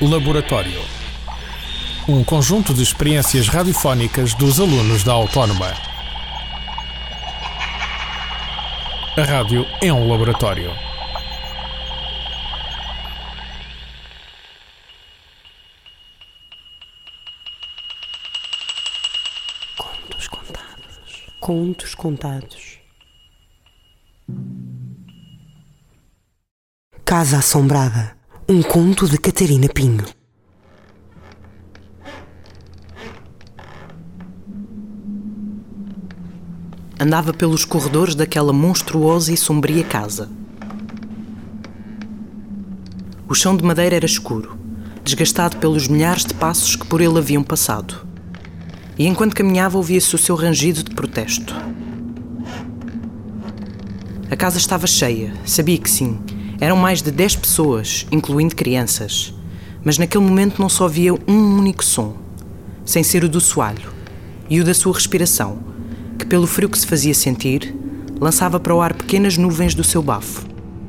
Laboratório. Um conjunto de experiências radiofónicas dos alunos da Autónoma. A rádio é um laboratório. Contos contados. Contos contados. Casa Assombrada. Um conto de Catarina Pinho. Andava pelos corredores daquela monstruosa e sombria casa. O chão de madeira era escuro, desgastado pelos milhares de passos que por ele haviam passado. E enquanto caminhava ouvia-se o seu rangido de protesto. A casa estava cheia, sabia que sim. Eram mais de 10 pessoas, incluindo crianças. Mas naquele momento não só havia um único som, sem ser o do soalho e o da sua respiração, que pelo frio que se fazia sentir, lançava para o ar pequenas nuvens do seu bafo.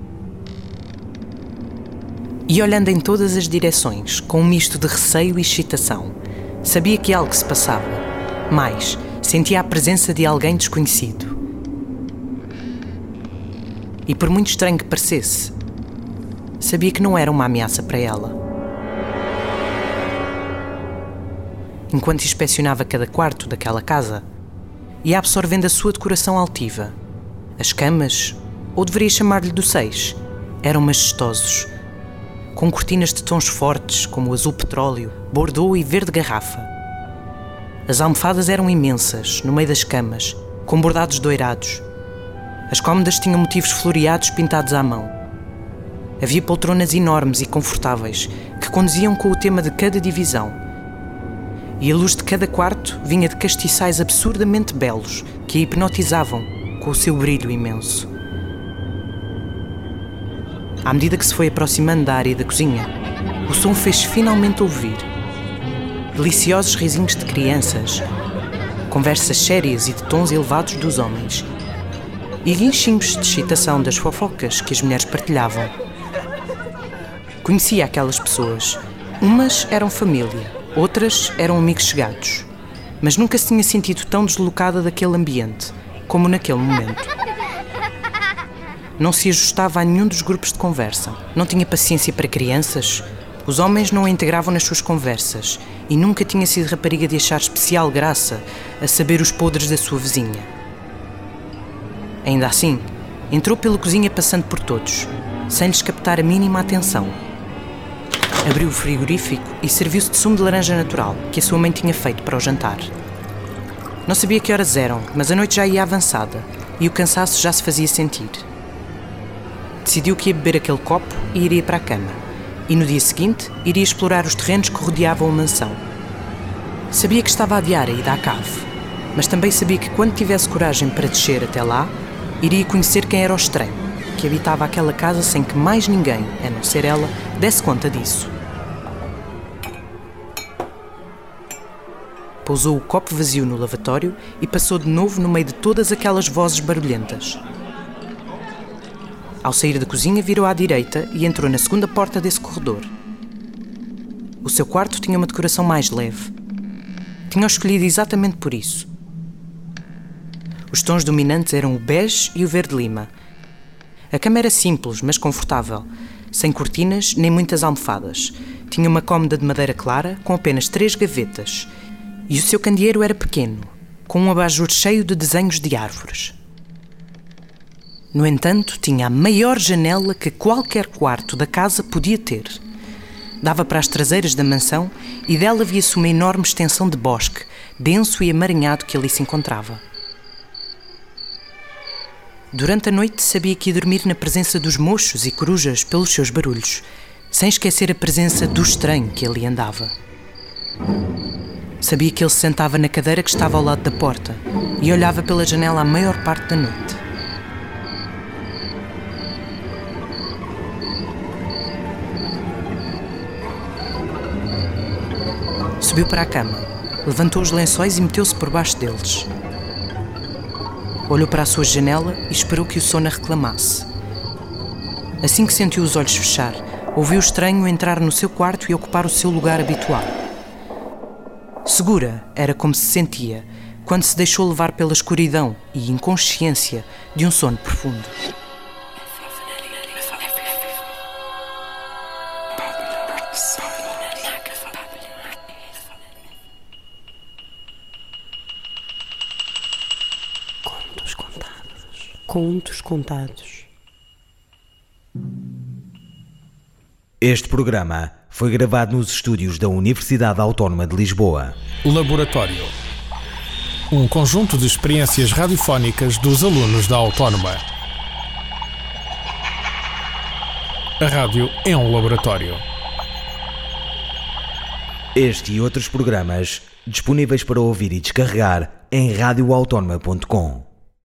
E olhando em todas as direções, com um misto de receio e excitação, sabia que algo se passava, mas sentia a presença de alguém desconhecido. E por muito estranho que parecesse, sabia que não era uma ameaça para ela. Enquanto inspecionava cada quarto daquela casa, ia absorvendo a sua decoração altiva. As camas, ou deveria chamar-lhe dosséis, eram majestosos, com cortinas de tons fortes como o azul petróleo, bordô e verde garrafa. As almofadas eram imensas, no meio das camas, com bordados doirados. As cômodas tinham motivos floreados pintados à mão. Havia poltronas enormes e confortáveis que conduziam com o tema de cada divisão. E a luz de cada quarto vinha de castiçais absurdamente belos que a hipnotizavam com o seu brilho imenso. À medida que se foi aproximando da área da cozinha, o som fez finalmente ouvir. Deliciosos risinhos de crianças, conversas sérias e de tons elevados dos homens, e guinchinhos de excitação das fofocas que as mulheres partilhavam. Conhecia aquelas pessoas. Umas eram família, outras eram amigos chegados. Mas nunca se tinha sentido tão deslocada daquele ambiente, como naquele momento. Não se ajustava a nenhum dos grupos de conversa. Não tinha paciência para crianças. Os homens não a integravam nas suas conversas e nunca tinha sido rapariga de achar especial graça a saber os podres da sua vizinha. Ainda assim, entrou pela cozinha passando por todos, sem lhes captar a mínima atenção. Abriu o frigorífico e serviu-se de sumo de laranja natural, que a sua mãe tinha feito para o jantar. Não sabia que horas eram, mas a noite já ia avançada e o cansaço já se fazia sentir. Decidiu que ia beber aquele copo e iria para a cama. E no dia seguinte, iria explorar os terrenos que rodeavam a mansão. Sabia que estava a adiar a ida à cave, mas também sabia que quando tivesse coragem para descer até lá, iria conhecer quem era o estranho que habitava aquela casa sem que mais ninguém, a não ser ela, desse conta disso. Pousou o copo vazio no lavatório e passou de novo no meio de todas aquelas vozes barulhentas. Ao sair da cozinha, virou à direita e entrou na segunda porta desse corredor. O seu quarto tinha uma decoração mais leve. Tinha-o escolhido exatamente por isso. Os tons dominantes eram o bege e o verde-lima. A cama era simples, mas confortável, sem cortinas nem muitas almofadas. Tinha uma cômoda de madeira clara, com apenas 3 gavetas, e o seu candeeiro era pequeno, com um abajur cheio de desenhos de árvores. No entanto, tinha a maior janela que qualquer quarto da casa podia ter. Dava para as traseiras da mansão e dela via-se uma enorme extensão de bosque, denso e amaranhado que ali se encontrava. Durante a noite sabia que ia dormir na presença dos mochos e corujas pelos seus barulhos, sem esquecer a presença do estranho que ali andava. Sabia que ele se sentava na cadeira que estava ao lado da porta e olhava pela janela a maior parte da noite. Subiu para a cama, levantou os lençóis e meteu-se por baixo deles. Olhou para a sua janela e esperou que o sono a reclamasse. Assim que sentiu os olhos fechar, ouviu o estranho entrar no seu quarto e ocupar o seu lugar habitual. Segura era como se sentia quando se deixou levar pela escuridão e inconsciência de um sono profundo. Contos contados. Contos contados. Este programa foi gravado nos estúdios da Universidade Autónoma de Lisboa. Laboratório. Um conjunto de experiências radiofónicas dos alunos da Autónoma. A rádio é um laboratório. Este e outros programas disponíveis para ouvir e descarregar em radioautónoma.com.